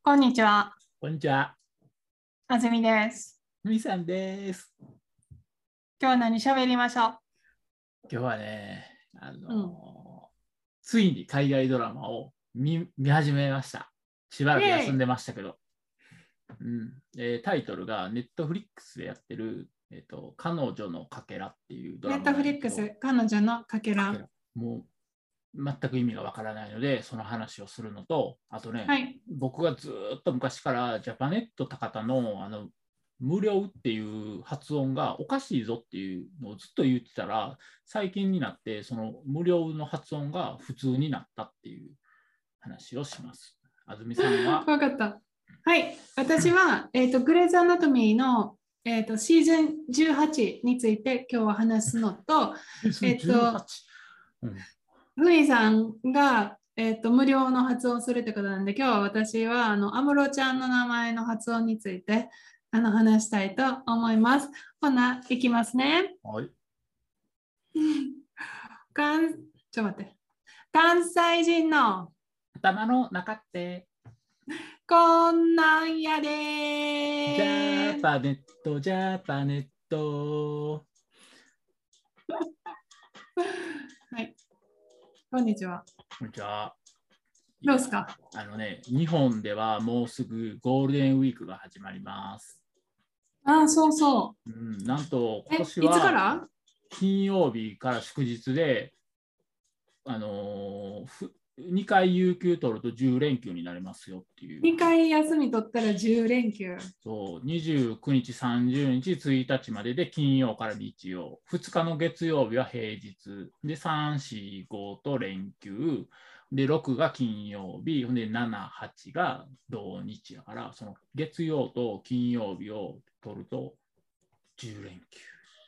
こんにちは。 こんにちは。 あずみです。 みさんです。 今日は何喋りましょう。 今日はね、 うん。 ついに海外ドラマを見始めました。しばらく休んでイェイ。 ましたけど。タイトルがネットフリックスでやってる、彼女のかけらっていうドラマネットフなんやけど、 リックス、彼女のかけら。 もう全く意味がわからないので、その話をするのと、あとね、 はい。 僕がずっと昔からジャパネット高田の無料っていう発音がおかしいぞっていうのをずっと言ってたら、最近になってその無料の発音が普通になったっていう話をします。あずみさんは、 わかった。はい。私は、グレーズ・アナトミーの、シーズン18について今日は話すのと、 18。うん、 ふみさんが、無料の発音するってことなんで、今日は私は安室ちゃんの名前の発音について話したいと思います。ほな、いきますね。 はい。 関ちょっと待って。関西人の頭の中ってこんなんやジャでパネット、ジャパネット。 はい。こんにちは。 こんにちは。 どうですか？ 日本ではもうすぐゴールデンウィークが始まります。 ああ、そうそなんとう。 今年いつかはら？ 金曜日から祝日で、2回有給取ると10連休になりますよっていう。 2回休み取ったら10連休。 そう、29日、30日、1日までで金曜から日曜。2日の月曜日は平日。で、3、4、5と連休。で、6が金曜日。で、7、8が土日やから、その月曜と金曜日を取ると10連休。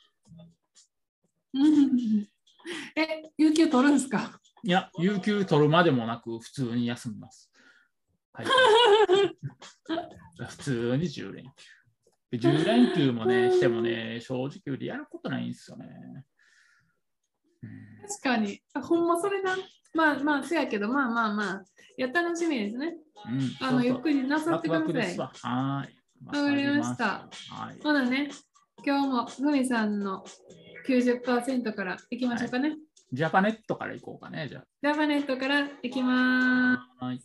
有給取るんですか？ いや、有給取るまでもなく、普通に休みます。はい、普通に10連休。10連休もね、してもね、正直言うとやることないんですよね。 確かに。ほんまそれな。まあまあ、せやけど、まあまあまあ。楽しみですね。 そうそう。 ゆっくりなさワクワってください。 クですわ。はい。わかわかりりました。 ました。 はい。 ほなね、今日もふみさんの90%からいきましはい。 ょうかね。 ジャパネットからいこうかね、じゃジャパネットからいきまあ。はい。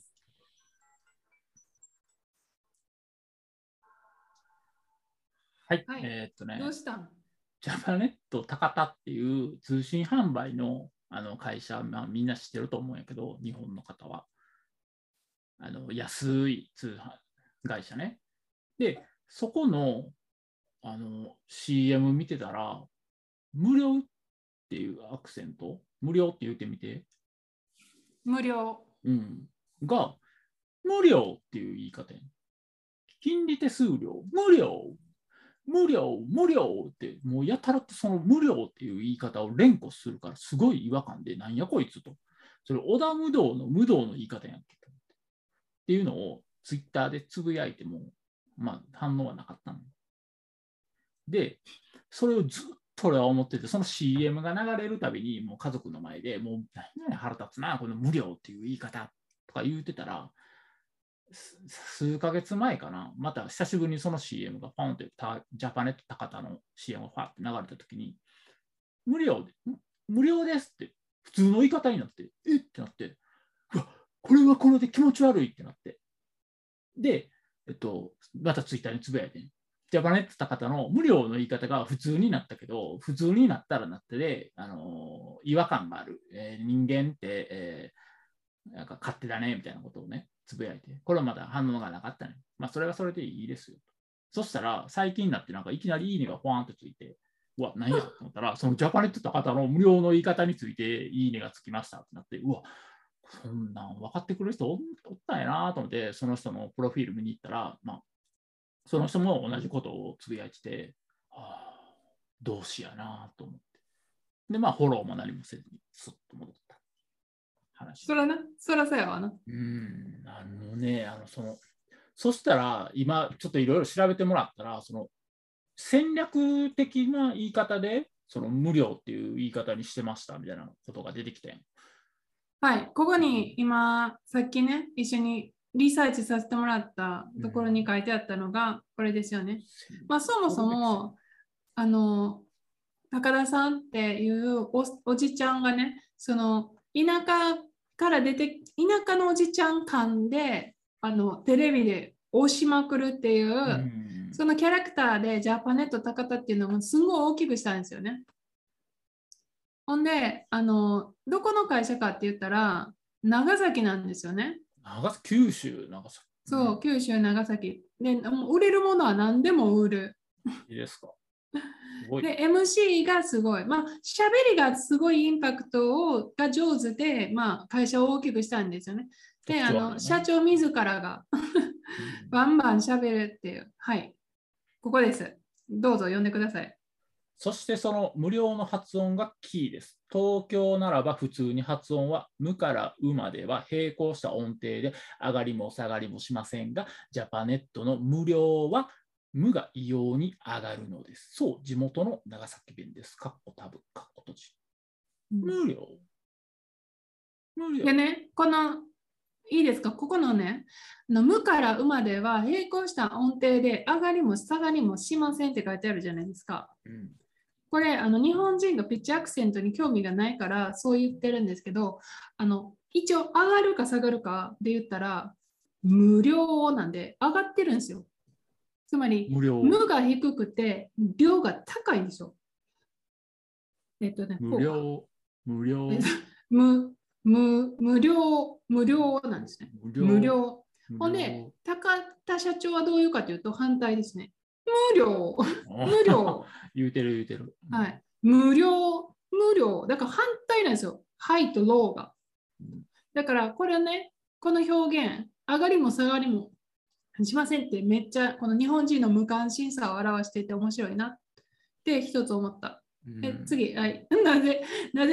はい。 す。はい。どうしたん？ ジャパネット高田っていう通信販売の会社、みんな知ってると思うんやけど、日本の方は。安い通販会社ね。で、そこのCM 見てたら、無料っていうアクセント、無料って言ってみて、 無料。 が、無料っていう言い方や。金利手数料、無料、無料、無料って、もうやたらとその無料っていう言い方を連呼するから、すごい違和感で、なんやこいつと。それ、織田無道の無道の言い方やんけ。っていうのをツイッターでつぶやいても、まあ、反応はなかったの。で、それをずっと俺は思ってて、その CM が流れるたびに、もう家族の前でもう、何々腹立つな、この無料っていう言い方とか言うてたら、数ヶ月前かな、また久しぶりにその CM がポンってジャパネット高田の CM がファって流れたときに、無料で、無料ですって普通の言い方になって、えってなって、うわ、これはこれで気持ち悪いってなって。で、またツイッターにつぶやいて、ジャパネット高田の無料の言い方が普通になったけど、普通になったらなってで、違和感がある。人間って、なんか勝手だねみたいなことをね、つぶやいて、これはまだ反応がなかったね。まあ、それはそれでいいですよ。そしたら、最近になってなんかいきなりいいねがポワンとついて、うわ、何やと思ったら、そのジャパネット高田の無料の言い方についていいねがつきましたってなって、うわ、そんなん分かってくれる人おったんやなと思って、その人のプロフィール見に行ったら、まあ、その人も同じことをつぶやいてて、はあ、同志やなと思って。で、まあ、フォローも何もせずに、すっと戻った話。 そらな、そらそうやわな。 そしたら、今、ちょっといろいろ調べてもらったら、その戦略的な言い方で、その無料っていう言い方にしてましたみたいなことが出てきて。 はい。ここに今、さっきね、一緒にリサーチさせてもらったところに書いてあったのがこれですよね。まあ、そもそも高田さんっていうおじちゃんがね、その田舎から田舎のおじちゃん間でテレビで押しまくるっていう、そのキャラクターでジャパネット高田っていうのもすごい大きくしたんですよね。ほんで、どこの会社かって言ったら、長崎なんですよね。 九州、長崎。 そう、九州、長崎。で、もう売れるものは何でも売る。 いいですか。すごい。 で、MC がすごい。まあ、喋りがすごいインパクトが上手で、まあ、会社を大きくしたんですよね。で、社長自らがバンバン喋るっていう。はい。ここです。どうぞ読んでください。 そしてその無料の発音がキーです。東京ならば普通に発音は無からうまでは並行した音程で上がりも下がりもしませんが、ジャパネットの無料は無が異様に上がるのです。そう、地元の長崎弁です。かっこ多分、かっこ閉じ。無料。無料。 でね、いいですか、ここのね、無からうまでは並行した音程で上がりも下がりもしませんって書いてあるじゃないですか。これ日本人がピッチアクセントに興味がないからそう言ってるんですけど、一応上がるか下がるかで言ったら無料なんで上がってるんですよ。つまり無が低くて量が高いんですよ。 無料、無料。 無料なんですね。無料。ほんで、高田社長はどういうかというと反対ですね。無料。無料。 言うてる。 はい。無料。だから反対なんですよ。ハイとローが。だからこれね、この表現、上がりも下がりもしませんってめっちゃこの日本人の無関心さを表していて面白いなって一つ思った。次、はい。なぜ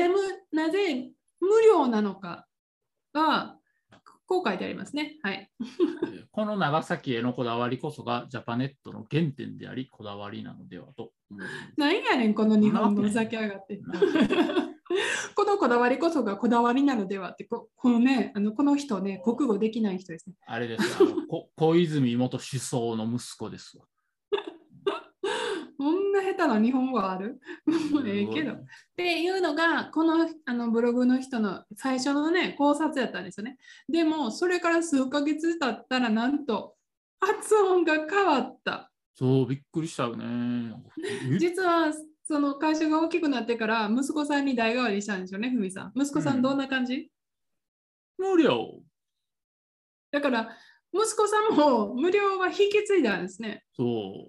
無料なのかがこう書いてありますね。はい。 この長崎へのこだわりこそがジャパネットの原点であり、こだわりなのではと思います。 何やねん、この日本のふざけやがって。このこだわりこそがこだわりなのではって、このね、この人ね、国語できない人ですね。 あれです。小泉元首相の息子ですわ。 こんな下手な日本語あるけど。っていうのが、このブログの人の最初のね、考察やったんですよね。でも、それから数ヶ月経ったら、なんと発音が変わった。 そう、びっくりしたよね。 実は、その会社が大きくなってから、息子さんに代替わりしたんですよね、ふみさん。息子さん、どんな感じ、 無料。 だから、息子さんも無料は引き継いだんですね。 そう。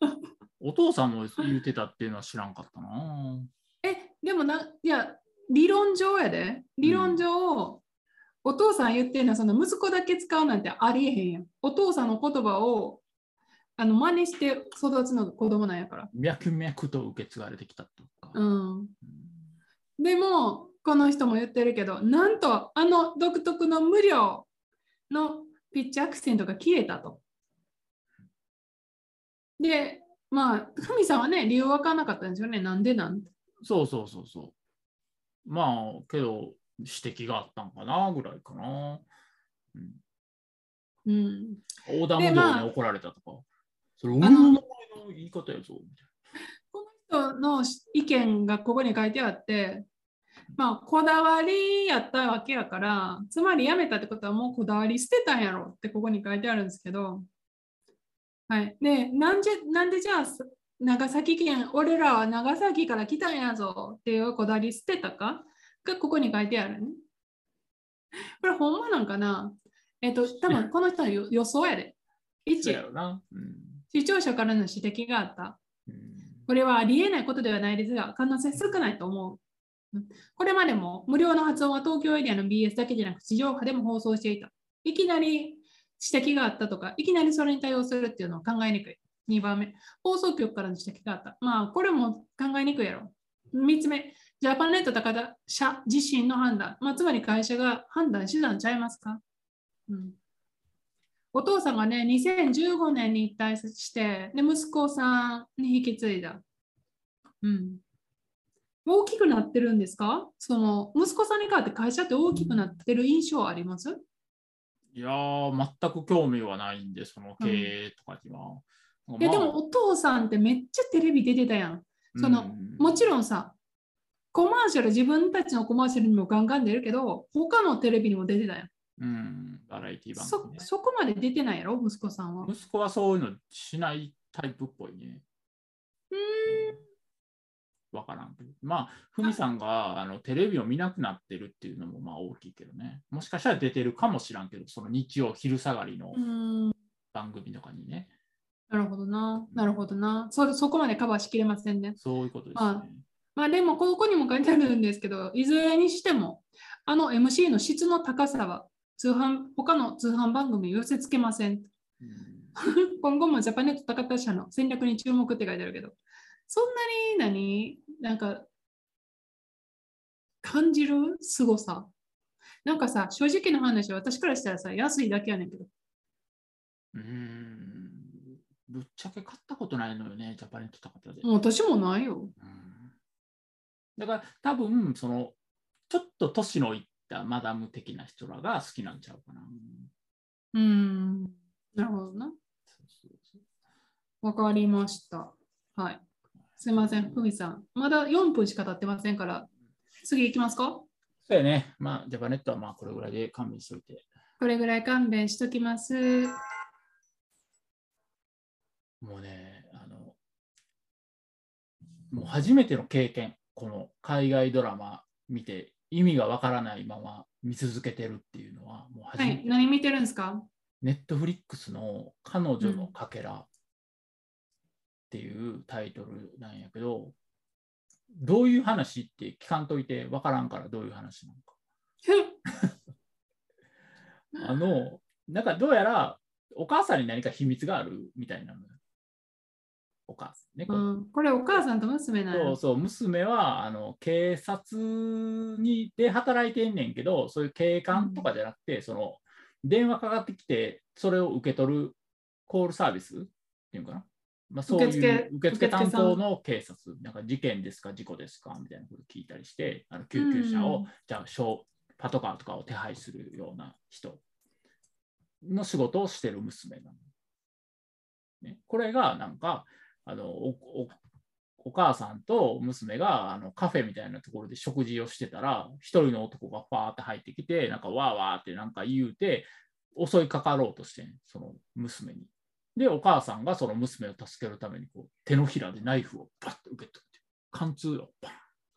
お父さんも言ってたっていうのは知らんかったな。 でもいや、理論上やで。理論上、お父さん言ってるのは、その息子だけ使うなんてありえへんやん。お父さんの言葉を真似して育つのが子供なんやから。 脈々と受け継がれてきたとか。 でも、この人も言ってるけど、なんと独特の無料のピッチアクセントが消えたと。で、まあ、ふみさんはね、理由分からなかったんですよね。なんでなんて。 そう。まあ、けど、指摘があったんかなぐらいかな。横断歩道に怒られたとか。それ、俺の名前の言い方やぞ。 この人の意見がここに書いてあって、まあ、こだわりやったわけやから、つまりやめたってことはもうこだわり捨てたんやろってここに書いてあるんですけど、はい。で、なんでじゃあ、長崎県、俺らは長崎から来たんやぞっていうこだわり捨てたかがここに書いてあるね。これほんまなんかな多分この人の予想やで。1、視聴者からの指摘があった。これはありえないことではないですが、可能性少ないと思う。これまでも無料の発音は東京エリアの BS だけでなく地上波でも放送していた。いきなり指摘があったとか、いきなりそれに対応するっていうのは考えにくい。2番目、放送局からの指摘があった。まあ、これも考えにくいやろ。3つ目、ジャパネット高田社自身の判断。まあ、つまり会社が判断手段ちゃいますか、お父さんがね、2015年に一体して、で息子さんに引き継いだ。大きくなってるんですか？その息子さんに代わって会社って大きくなってる印象あります？ いやー、全く興味はないんで、その経営とかには。 いや、でもまあ、 お父さんってめっちゃテレビ出てたやん。 うもちん、 ろんさ、コマーシャル、自分たちのコマーシャルにもガンガン出るけど、他のテレビにも出てたやん。 うん、バラエティ番組ね。 そこまで出てないやろ、息子さんは。 息子はそういうのしないタイプっぽいね。 うーん。 わからんけど。まあ、ふみさんがテレビを見なくなってるっていうのもまあ大きいけどね。もしかしたら出てるかもしらんけど、その日曜昼下がりのうーん。 番組とかにね。 なるほどな。 うん、 なるほどな。そこまでカバーしきれませんね。 そういうことですまあ、 ね。 まあでも、ここにも書いてあるんですけど、いずれにしても、MC の質の高さは他の通販番組に寄せ付けません。 うん、 今後もジャパネット高田社の戦略に注目って書いてあるけど、そんなになんか感じる凄さ。なんかさ、正直な話、私からしたらさ、安いだけやねんけど。 うーん、ぶっちゃけ買ったことないのよね、ジャパネット高田で。 もう私もないよ。 うん、だから多分、ちょっと年のいったマダム的な人らが好きなんちゃうかな。 なるほどな。 そうそうそう、 わかりました。はい。すいません、ふみさん。まだ4分しか経ってませんから、次行きますか？ そうやね。まあ、ジャパネットはまあこれぐらいで勘弁しといて。 これぐらい勘弁しときます。 もうね、もう初めての経験、この海外ドラマ見て意味がわからないまま見続けてるっていうのは、もう初はい、 めて。 何見てるんですか？ ネットフリックスの彼女のうん。 かけらっていうタイトルなんやけど、どういう話って聞かんといてわからんからどういう話なのか。あの、なんかどうやらお母さんに何か秘密があるみたいなのよ。お母さんね、これ。 うん、これお母さんと娘なんや。 そうそう、娘は警察で働いてんねんけど、そういう警官とかじゃなくて、電話かかってきて、それを受け取るコールサービスっていうかな。まあ、そういう受付受付担さん。 当の警察、なんか事件ですか、事故ですかみたいなこと聞いたりして、 う救急車を、 ん。 じゃあ、パトカーとかを手配するような人の仕事をしてる娘なの。ね、これが、なんか、あのおお母さんと娘がカフェみたいなところで食事をしてたら、一人の男がパーって入ってきて、なんかわーわーってなんか言うて、襲いかかろうとしてん、その娘に。で、お母さんがその娘を助けるためにこう手のひらでナイフをパッと受け取って、貫通をパン。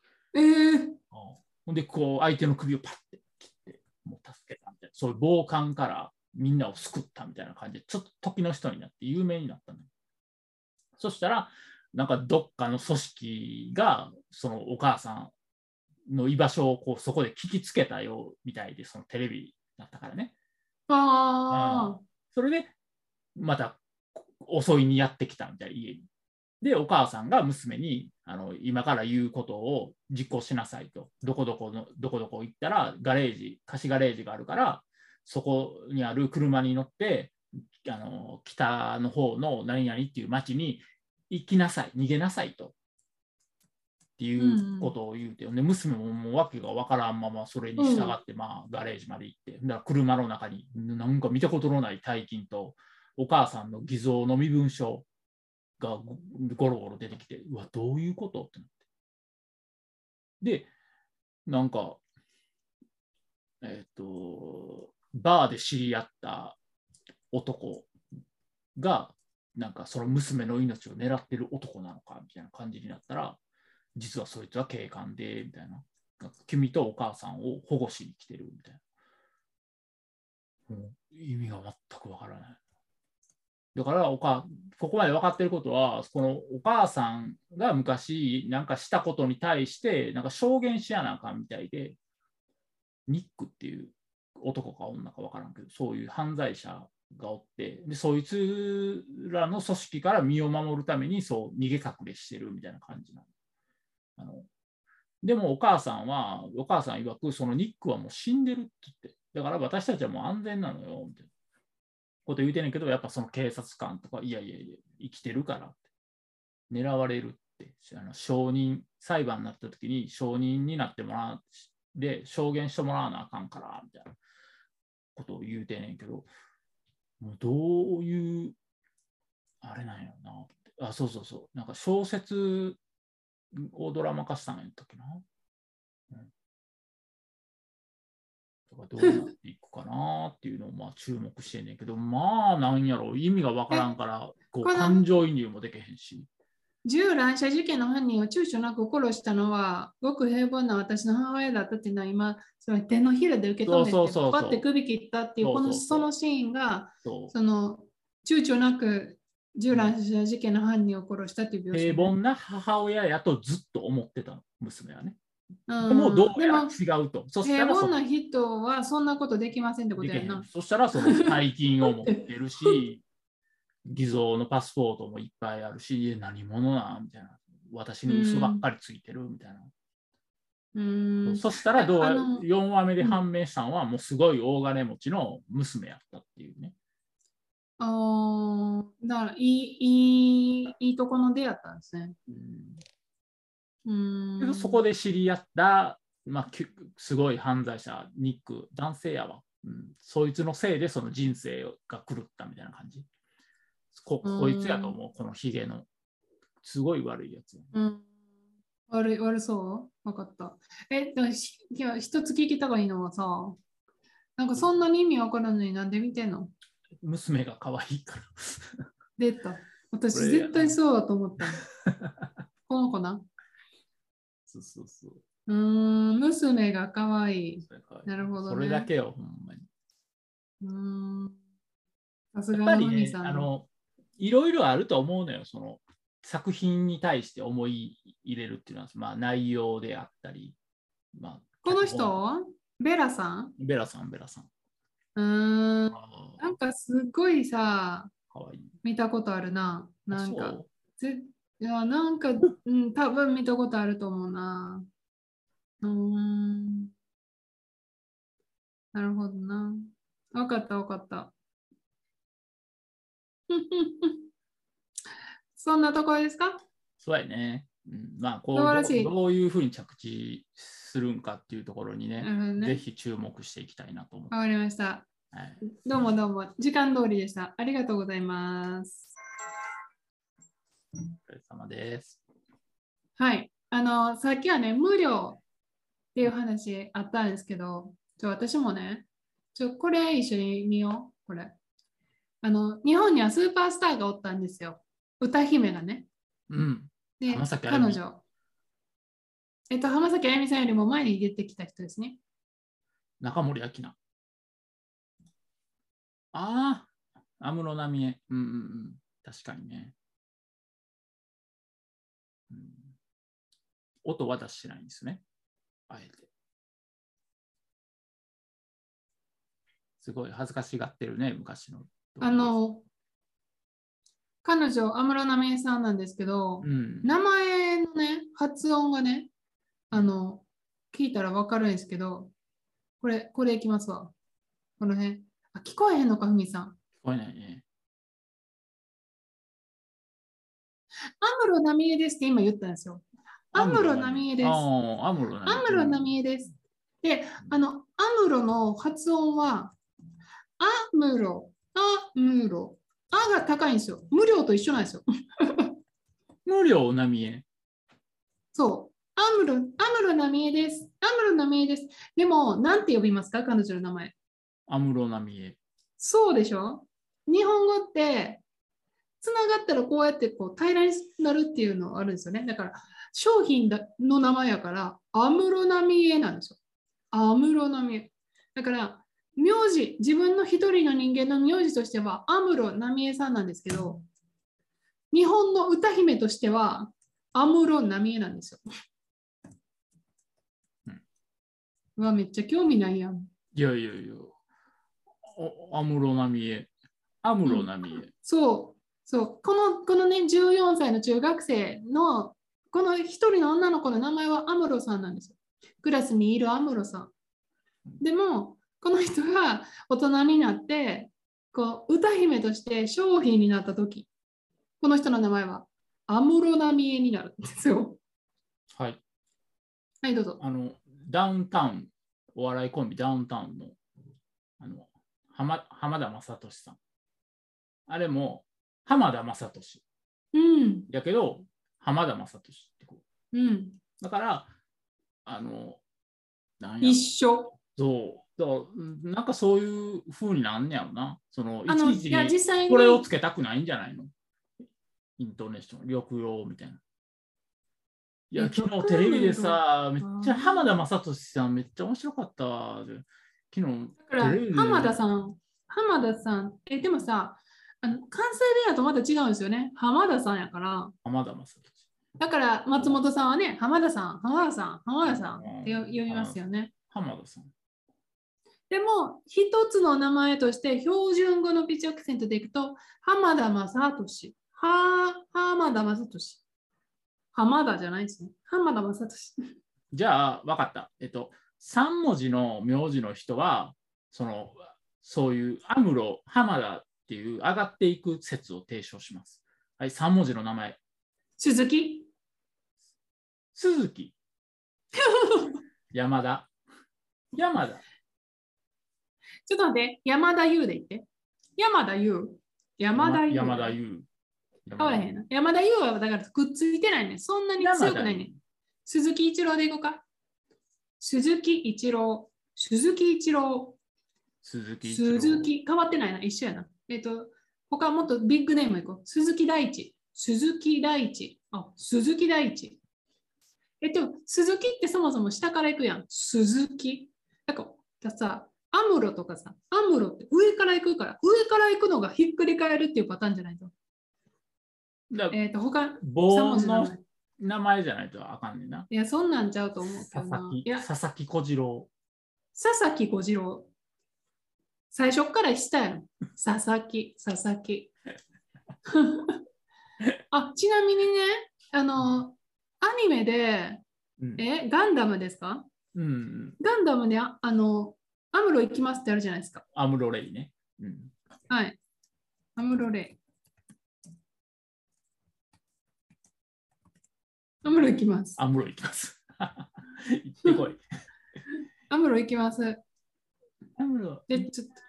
ほんで、こう相手の首をパッて切って、もう助けたみたいな、そういう暴漢からみんなを救ったみたいな感じで、ちょっと時の人になって有名になったのよ。そしたら、なんかどっかの組織が、そのお母さんの居場所をこうそこで聞きつけたよみたいで、そのテレビだったからね。うん、 ああ。 それで、また襲いにやってきたみたいな、家に。で、お母さんが娘に今から言うことを実行しなさいと。どこどこ行ったら貸しガレージがあるから、そこにある車に乗って、北の方の何々っていう町に行きなさい、逃げなさいと。っていうことを言うて、で娘ももう訳が分からんままそれに従って、まあ、ガレージまで行って、だから車の中になんか見たことのない大金とお母さんの偽造の身分証がゴロゴロ出てきて、うわ、どういうことってなって。で、なんか、バーで知り合った男が、なんかその娘の命を狙ってる男なのかみたいな感じになったら、実はそいつは警官で、みたいな。君とお母さんを保護しに来てるみたいな。もう意味が全くわからない。だからここまで分かってることは、このお母さんが昔なんかしたことに対してなんか証言しやなあかんみたいで、ニックっていう男か女か分からんけど、そういう犯罪者がおって、でそいつらの組織から身を守るためにそう逃げ隠れしてるみたいな感じなの。でもお母さん曰く、そのニックはもう死んでるって言って、だから私たちはもう安全なのよ、みたいなこと言うてんねんけど、やっぱその警察官とか、いやいやいや、生きてるからって、狙われるって、裁判になった時に証人になってもらう、で、証言してもらわなあかんから、みたいなことを言うてんねんけど、もうどういうあれなんやろな。あ、そうそうそう。なんか小説をドラマ化したんやったっけな。だからどうなっていくかなっていうのをまあ注目してんねんけど、まあなんやろ、意味がわからんから、こうこの感情移入もできへんし。 銃乱射事件の犯人を躊躇なく殺したのは、ごく平凡な私の母親だったっていうのは今、その手のひらで受け止めて、パッて首切ったっていう、そのシーンが、その躊躇なく銃乱射事件の犯人を殺したっていう描写、ね。 平凡な母親やとずっと思ってた娘はね。 でもどうやら違うと。そしたら平凡な人はそんなことできませんってことやな。 そしたらその大金を持ってるし、偽造のパスポートもいっぱいあるし、何者なんみたいな。私に嘘ばっかりついてるみたいな。そしたら4話目で判明したのは、もうすごい大金持ちの娘やったっていうね。 だからいいとこの出会ったんですね。 そこで知り合った、まあ、すごい犯罪者、ニック、男性やわ。そいつのせいでその人生が狂ったみたいな感じ。こいつやと思う、このヒゲの。すごい悪いやつ。 悪そう分かった。一つ聞きたがいいのはさ、なんかそんなに意味わからんのになんで見てんの？ 娘が可愛いから。 出た。私絶対そうだと思ったの。この子な。 そうそうそう。 娘が可愛い。なるほどね。 それだけよ、ほんまに。 さすがのふみさんいろいろあると思うのよ、その作品に対して思い入れるっていうのは、まあ、内容であったり。まあ、 この人ベラさん。 ベラさん。 なんかすごいさ、 かわいい。 見たことあるな。なんか、いや、なんか、多分見たことあると思うな。なるほどな。わかった。そんなところですか？ そうやね。まあこ素晴らしい。 どういうふうに着地するんかっていうところにね、ぜひ注目していきたいなと思って。 わかりました。どうも。時間通りでした。ありがとうございます。 お疲れ様です。 はい。さっきはね、無料っていう話あったんですけど、私もね、これ一緒に見よう。これ。日本にはスーパースターがおったんですよ。歌姫がね。で、彼女。浜崎あゆみさんよりも前に出てきた人ですね。 中森明菜。ああ、安室奈美恵。確かにね。音は出してないんですね。あえて。すごい恥ずかしがってるね、昔の。 彼女、安室奈美恵さんなんですけど、名前のね、発音がね、聞いたらわかるんですけど、これいきますわ。この辺。聞こえへんのか、ふみさん。聞こえないね。 安室奈美恵ですって今言ったんですよ。安室奈美恵です。 安室奈美恵です。で、安室の発音は、安室。が高いんですよ。無料と一緒なんですよ。 無料奈美恵。 そう。安室奈美恵です。安室奈美恵です。でも、なんて呼びますか、彼女の名前。 安室奈美恵。 そうでしょ？日本語って、つながったらこうやって平らになるっていうのがあるんですよね。だから、商品の名前やから、安室奈美恵なんですよ。安室奈美恵。だから、名字、自分の一人の人間の名字としては、安室奈美恵さんなんですけど、日本の歌姫としては、安室奈美恵なんですよ。うわ、めっちゃ興味ないやん。 いや。安室奈美恵。安室奈美恵。 そう。このね、14歳の中学生の、この一人の女の子の名前は安室さんなんですよ。クラスにいる安室さん。でも、この人が大人になって、歌姫として商品になったとき、この人の名前は安室奈美恵になるんですよ。 はい。 はい、どうぞ。 ダウンタウン、お笑いコンビダウンタウンの、 浜田雅俊さん。あれも浜田雅俊。 うん。 やけど、浜田雅俊ってこうん。 う。だから、なんや一緒。 そう。だからなんかそういう風になんねやろな。その、いちいいや、 ち実際これをに、 つけたくないんじゃないの？イントネーション、抑揚みたいな。いや、昨日テレビでさ、めっちゃ浜田雅俊さんめっちゃ面白かったわ。昨日だからテレビで。 浜田さん、でもさ、関西弁やとまた違うんですよね。浜田さんやから。 浜田雅俊。 だから松本さんはね、浜田さん、浜田さん、浜田さんって呼びますよね。 浜田さん。 でも、一つの名前として標準語のピッチアクセントでいくと、浜田雅俊。浜田雅俊。浜田じゃないですね。浜田雅俊。 じゃあ、わかった。3文字の名字の人は、そういうアムロ、浜田っていう上がっていく説を提唱します。はい、3文字の名前。 鈴木。 鈴木。山田。山田。 ちょっと待って、山田優で言って。山田優。山田優。 山田優。 変わらへんな。山田優はだからくっついてないね。そんなに強くないね。鈴木一郎でいこうか。鈴木一郎。鈴木一郎。 鈴木。変わってないな。一緒やな。他もっとビッグネームいこう。鈴木大地。鈴木大地。鈴木大地。鈴木ってそもそも下から行くやん。鈴木。だからさ、アムロとかさ、アムロって上から行くから、上から行くのがひっくり返るっていうパターンじゃないと。他、 棒の名前じゃないとあかんねんな。 いや、そんなんちゃうと思うけどな。 佐々木小次郎。 佐々木小次郎。最初からしたやん。佐々木。ちなみにね、アニメで、ガンダムですか？ うん。 ガンダムで、アムロ行きますってあるじゃないですか。 アムロレイね。 はい。アムロレイ。アムロ行きます。 アムロ行きます。行ってこい。 アムロ行きます。 アムロ。 で、ちょっと。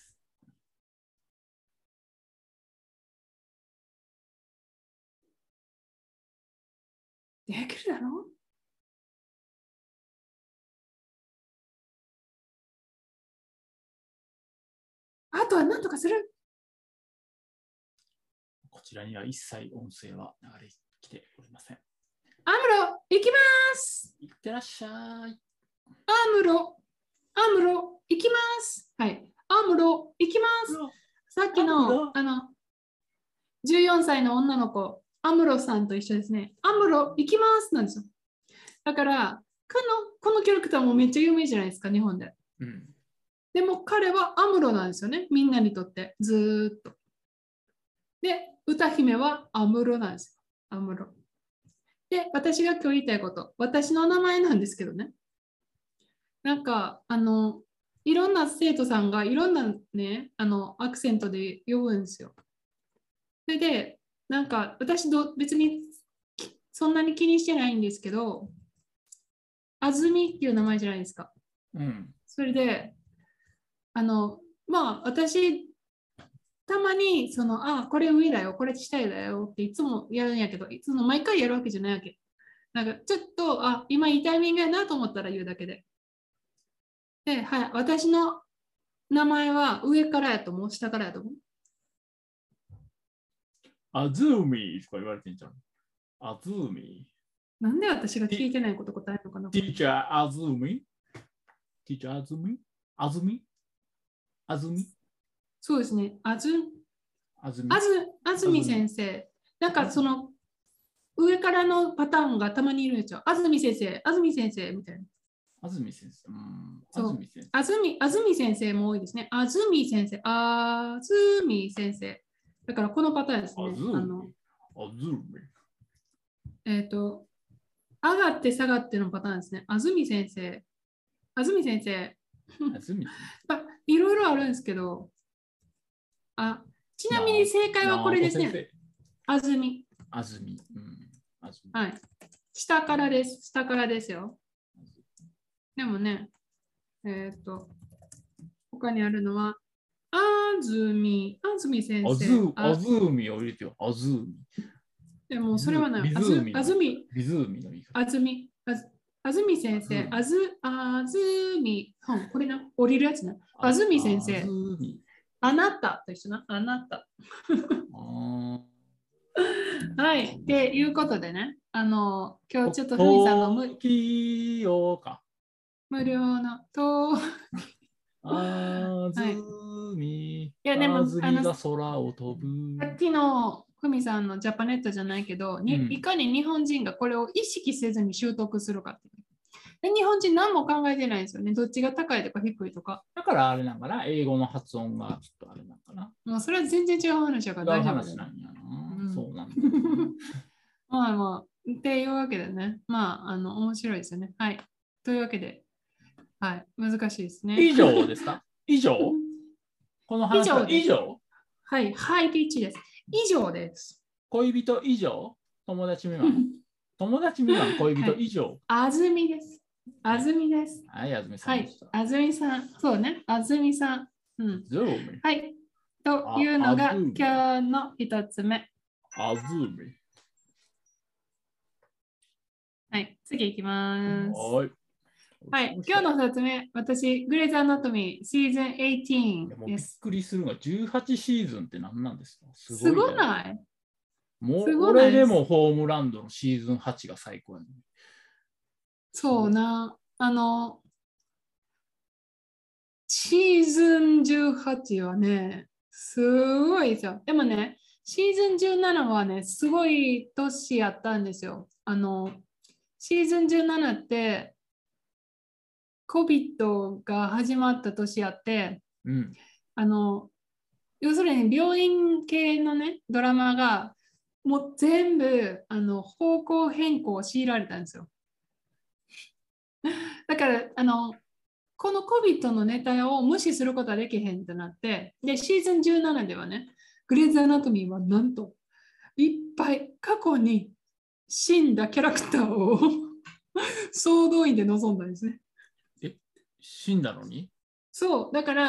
できるだろ？あとは何とかする。 こちらには一切音声は流れてきておりません。 アムロ、行きます。 いってらっしゃい。 アムロ、行きます。はい。アムロ、行きます。さっきの、14歳の女の子、アムロさんと一緒ですね。アムロ、行きますなんですよ。だから、このキャラクターもめっちゃ有名じゃないですか、日本で。でも彼はアムロなんですよね、みんなにとって、ずーっと。で、歌姫はアムロなんですよ。アムロ。で、私が今日言いたいこと、私の名前なんですけどね。なんか、いろんな生徒さんがいろんなね、アクセントで呼ぶんですよ。それで、なんか、私別にそんなに気にしてないんですけど、あずみっていう名前じゃないですか。それで、私、たまに、これ上だよ、これ下だよっていつもやるんやけど、毎回やるわけじゃないわけ。なんか、ちょっと、今いいタイミングやなと思ったら言うだけで。で、はい、私の名前は上からやと思う、下からやと思う。 あずみとか言われてんじゃん。あずみ。 なんで私が聞いてないこと答えるのかな？ ティーチャーあずみ？ティーチャーあずみ？あずみ？あずみ？ そうですね。あずみ先生。なんか上からのパターンがたまにいるんですよ。あずみ先生、あずみ先生みたいな。 あずみ先生。 あずみ先生も多いですね。あずみ先生。あずみ先生。だからこのパターンですね。 あずみ。 上がって下がってのパターンですね。あずみ先生。あずみ先生。いろいろあるんですけど、ちなみに正解はこれですね。あずみ。 あずみ。 はい。下からです。下からですよ。でもね、他にあるのは、 安住先あ生。 あずーみを入れてよ。あずーみ。 でもそれはね、 湖のあずみ、 湖の言い方。 あずみ先生、あずみ、これな、降りるやつな。あずみ先生、あなたと一緒な、あなた。はい、っていうことでね、今日ちょっとふみさんの無料のあずはいみ、 いやでもあずみが空を飛ぶ。 さっきのふみさんのジャパネットじゃないけど、いかに日本人がこれを意識せずに習得するかっていう。で日本人何も考えてないんですよね。どっちが高いとか低いとか。 だからあれなんかな、英語の発音がちょっとあれなんかな。 もうそれは全然違う話だから違う大丈夫話なんやな。 うんそうなんだ。 まあまあ、っていうわけでね。まあ、面白いですよね。はい。というわけで、はい。難しいですね。 以上ですか？以上この話は以上はい。ハイピッチです。以上です。 恋人以上友達未満友達未満恋人以上、 あずみです。あずみです。 はい、あずみさんでした。 あずみさん。そうね。あずみさん。うん。はい。というのが今日の一つ目。 あずみ。 はい。次いきます。 はい。 はい。今日の二つ目。私、グレイズ・アナトミーシーズン18 びっです。 くりするのが18シーズンって何なんですか？ すごない？ もう俺でもホームランドのシーズン8が最高やね。 そうな。シーズン18はね、すごいですよ。でもね、シーズン17はね、すごい年やったんですよ。シーズン17って、COVID が始まった年やって、要するに病院系のね、ドラマが、もう全部、方向変更を強いられたんですよ。だから、この COVID のネタを無視することはできへんってなって、で、シーズン17ではね、グレイズ・アナトミーはなんと、いっぱい過去に死んだキャラクターを総動員で臨んだんですね。 死んだのに？ そう、だから、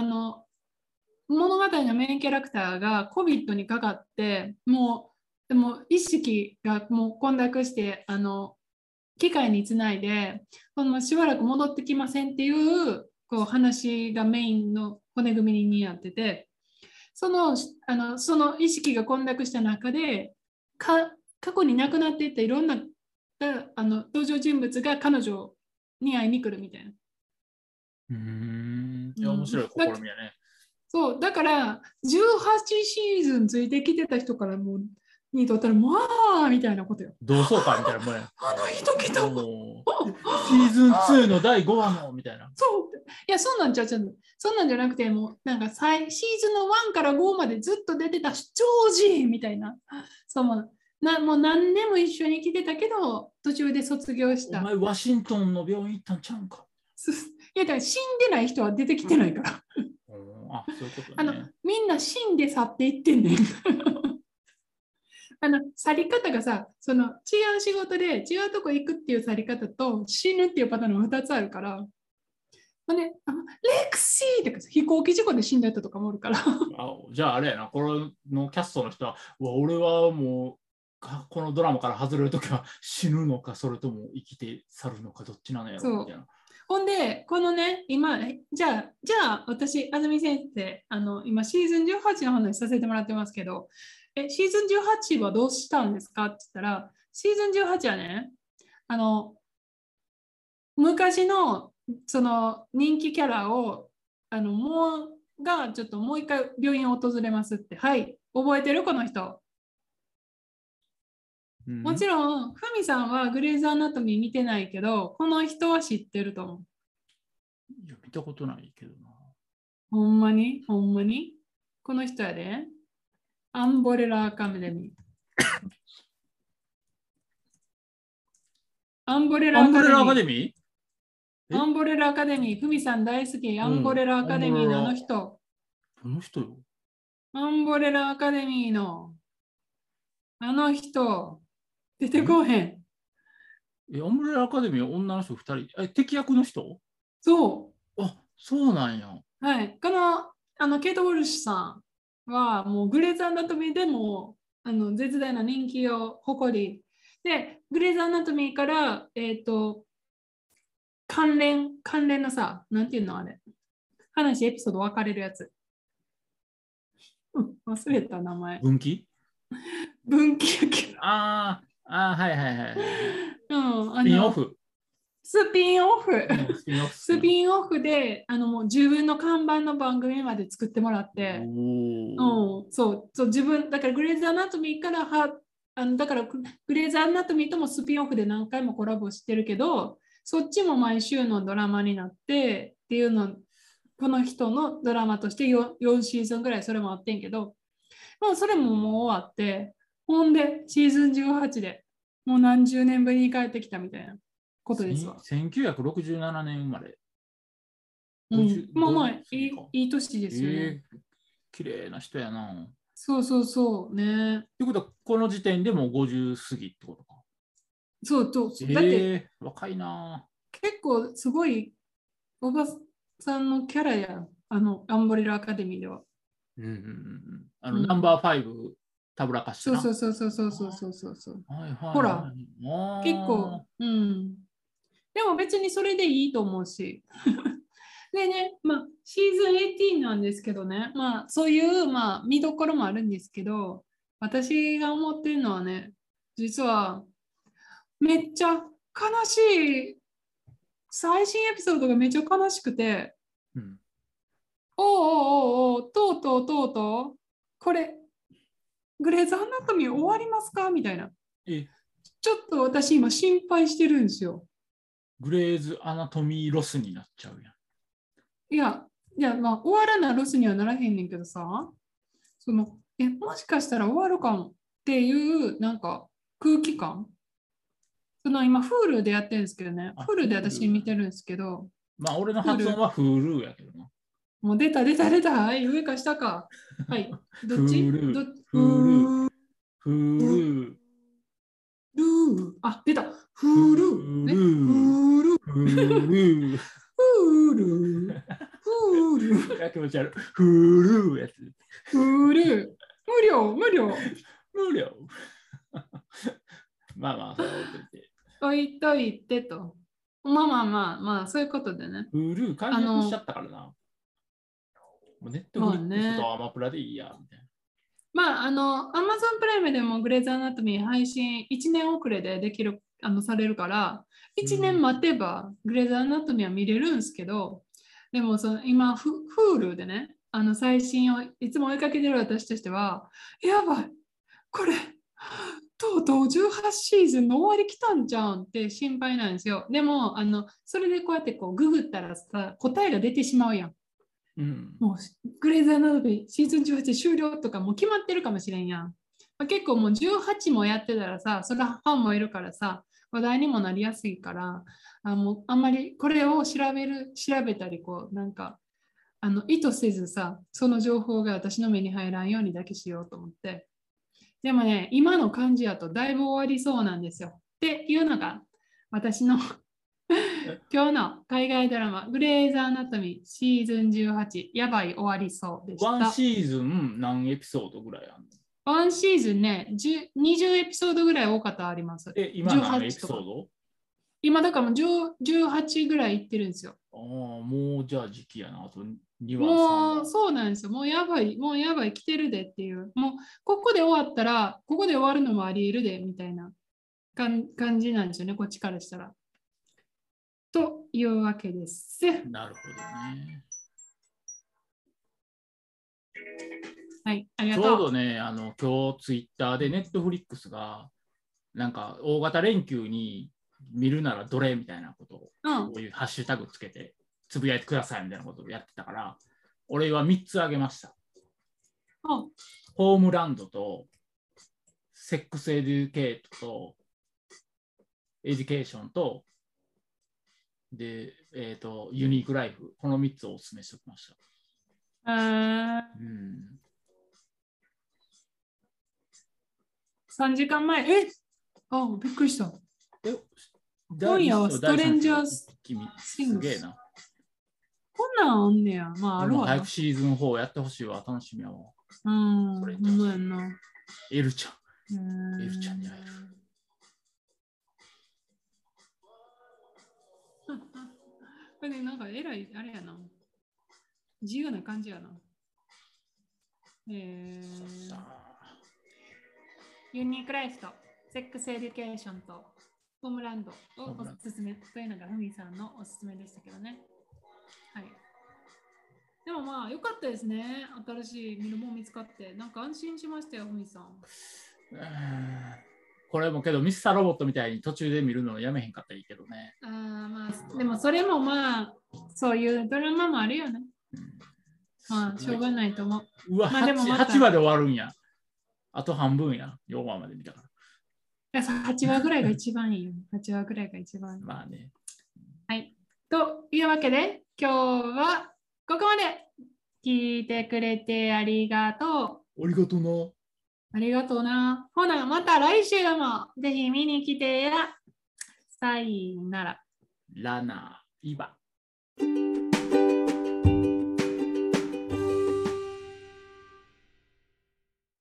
物語のメインキャラクターが COVID にかかって、でも意識がもう混濁して、機械につないで、しばらく戻ってきませんっていうこう話がメインの骨組みになってて、その意識が混濁した中で、過去に亡くなっていったいろんな登場人物が彼女に会いに来るみたいな。 いや、面白い試みやね。 そう、だから18シーズンついてきてた人からもにとったら、まあみたいなことよ。 同窓会みたいなもんや。 あの人来た。シーズン2の第5話のみたいな。 そう。いや、そうなんじゃなくて、もうなんかシーズンの1から5までずっと出てたジョージみたいな。そうもう何年も一緒に来てたけど、途中で卒業した。 お前、ワシントンの病院行ったんちゃうんか？ いや、だから死んでない人は出てきてないから。 そういうことね。 みんな死んで去っていってんねん。去り方がさ、違う仕事で違うとこ行くっていう去り方と死ぬっていうパターンが2つあるから、レクシーって飛行機事故で死んだ人とかもおるから。 じゃああれやな、これのキャストの人は、俺はもう、このドラマから外れるときは死ぬのか、それとも生きて去るのか、どっちなのやろみたいな。 ほんで、このね、今、じゃあ私、安住先生、今、シーズン18の話させてもらってますけど、シーズン18はどうしたんですかって言ったら、シーズン18はね、昔のその人気キャラを、ちょっともう一回病院を訪れますって、はい、覚えてるこの人。もちろん、ふみさんはグレイズ・アナトミー見てないけど、この人は知ってると思う。 いや、見たことないけどな。 ほんまにこの人やで。アンボレラアカデミー。アンボレラアカデミーアンボレラアカデミー。ふみさん大好き。アンボレラアカデミーのあの人。 あの人よ。 アンボレラアカデミーのあの人。出てこへん。 アンボレラアカデミーは女の人2人。敵役の人？ そう。 そうなんや。 はい。このケイト・ウォルシュさんはもうグレーズ・アナトミーでも絶大な人気を誇り、で、グレーズ・アナトミーから、関連のさ、なんていうのあれ、話、エピソード分かれるやつ。忘れた名前。 分岐分岐やけど。 はいはいはいはい。 うん、 スピンオフ。 スピンオフ。 スピンオフ。 スピンオフでもう自分の看板の番組まで作ってもらって、そう自分だからグレーズ・アナトミーからだからグレーズ・アナトミーともスピンオフで何回もコラボしてるけど、そっちも毎週のドラマになってっていうの、この人のドラマとして 4シーズンぐらいそれもあってんけど、もうそれももう終わって、ほんでシーズン18でもう何十年ぶりに帰ってきたみたいなことですわ。 1967年生まれ。 まあまあいい年ですよね。 綺麗な人やな。 そうそうそうね。 ってことは、この時点でもう50過ぎってことか。 そうそう。だって若いな。 結構すごいおばさんのキャラやアンボレラアカデミーでは。 ナンバー5たぶらかしてな。 そうそうそうそうそうそうそうそう。 はいはいはい、 ほら、結構、でも別にそれでいいと思うし。でね、まあ、シーズン18なんですけどね、まあ、そういう、まあ、見どころもあるんですけど、私が思ってるのはね、実は、めっちゃ悲しい、最新エピソードがめっちゃ悲しくて、おう、とうとうとうとう、これ、グレーズ・アナトミー終わりますかみたいな。ちょっと私今心配してるんですよ。 グレーズ・アナトミーロスになっちゃうやん。 いや、まあ、終わらなロスにはならへんねんけどさ、もしかしたら終わるかもっていうなんか空気感。今、Hulu でやってるんですけどね。Hulu で私見てるんですけど。 まあ、俺の発音は Hulu やけどな。 もう出た。はい、上か下か。はい。どっち Hulu。 あ、出た。Hulu。 気持ち悪い。Hulu やつ。 無料。 まあまあ、それは置いといて。 置いといてと。まあ、そういうことでね。 Hulu 解約しちゃったからな。ネットフリックスとアマプラでいいや、みたいな。 まあ、Amazon プライムでもグレーズ・アナトミー配信1年遅れでできる、されるから、1年待てばグレーズ・アナトミーは見れるんですけど、でも今、Hulu でね、最新をいつも追いかけてる私としては、やばい、これ、とうとう18シーズンの終わり来たんじゃんって心配なんですよ。でも、それでこうやってググったらさ、答えが出てしまうやん。もうグレーズ・アナトミーシーズン18終了とかもう決まってるかもしれんやん。結構もう18もやってたらさ、それはファンもいるからさ、話題にもなりやすいから、もうあんまりこれを調べたり、なんか、意図せずさ、その情報が私の目に入らんようにだけしようと思って。でもね、今の感じだとだいぶ終わりそうなんですよ。っていうのが私の今日の海外ドラマ、グレーズ・アナトミーシーズン18、やばい終わりそうでした。 ワンシーズン何エピソードぐらいあるの？ ワンシーズンね、20エピソードぐらい多かったあります。 今何エピソード？ 今だからもう18ぐらいいってるんですよ。 もうじゃあ時期やな。あと2話、 もうそうなんですよ。もうやばい、来てるでっていう。もうここで終わったら、ここで終わるのもあり得るでみたいな感じなんですよね、こっちからしたら。というわけです。 なるほどね。 はい、ありがとう。 ちょうどね、今日ツイッターでネットフリックスが、なんか大型連休に見るならどれみたいなことを、こういうハッシュタグつけて、つぶやいてくださいみたいなことをやってたから、俺は3つあげました。ホームランドと、セックスエデュケートと、エデュケーションと、で、ユニークライフ、この3つをお勧めしておきました。 3時間前。びっくりした。今夜はストレンジャース君、すげえな。 こんなんあんねや。まあ、あるわなでも早く。シーズン4やってほしいわ。楽しみやわ。 うん、 それほんまやんな。 エルちゃうーん。エルちゃんんに会える。 これね、なんかえらい、あれやな。自由な感じやな。 さあ。 ユニクライフト、セックスエデュケーションとホームランドをおすすめというのがふみさんのおすすめでしたけどね。はい。でもまあ、良かったですね。新しい見るもん見つかって。なんか安心しましたよ、ふみさん。 これもけど、ミスターロボットみたいに途中で見るのやめへんかったらいいけどね。 まあ、でもそれもまあ、そういうドラマもあるよね。まあ、しょうがないと思う。 うわ、 まあでもまた 8話で終わるんや。あと半分や。4話まで見たから。 8話ぐらいが一番いいよ。8話ぐらいが一番いい。 まあね。 はい。というわけで、今日はここまで聞いてくれてありがとう。 ありがとうな。 ありがとうな。ほな、また来週もぜひ見に来てや。さいなら。 ラナー、イバ。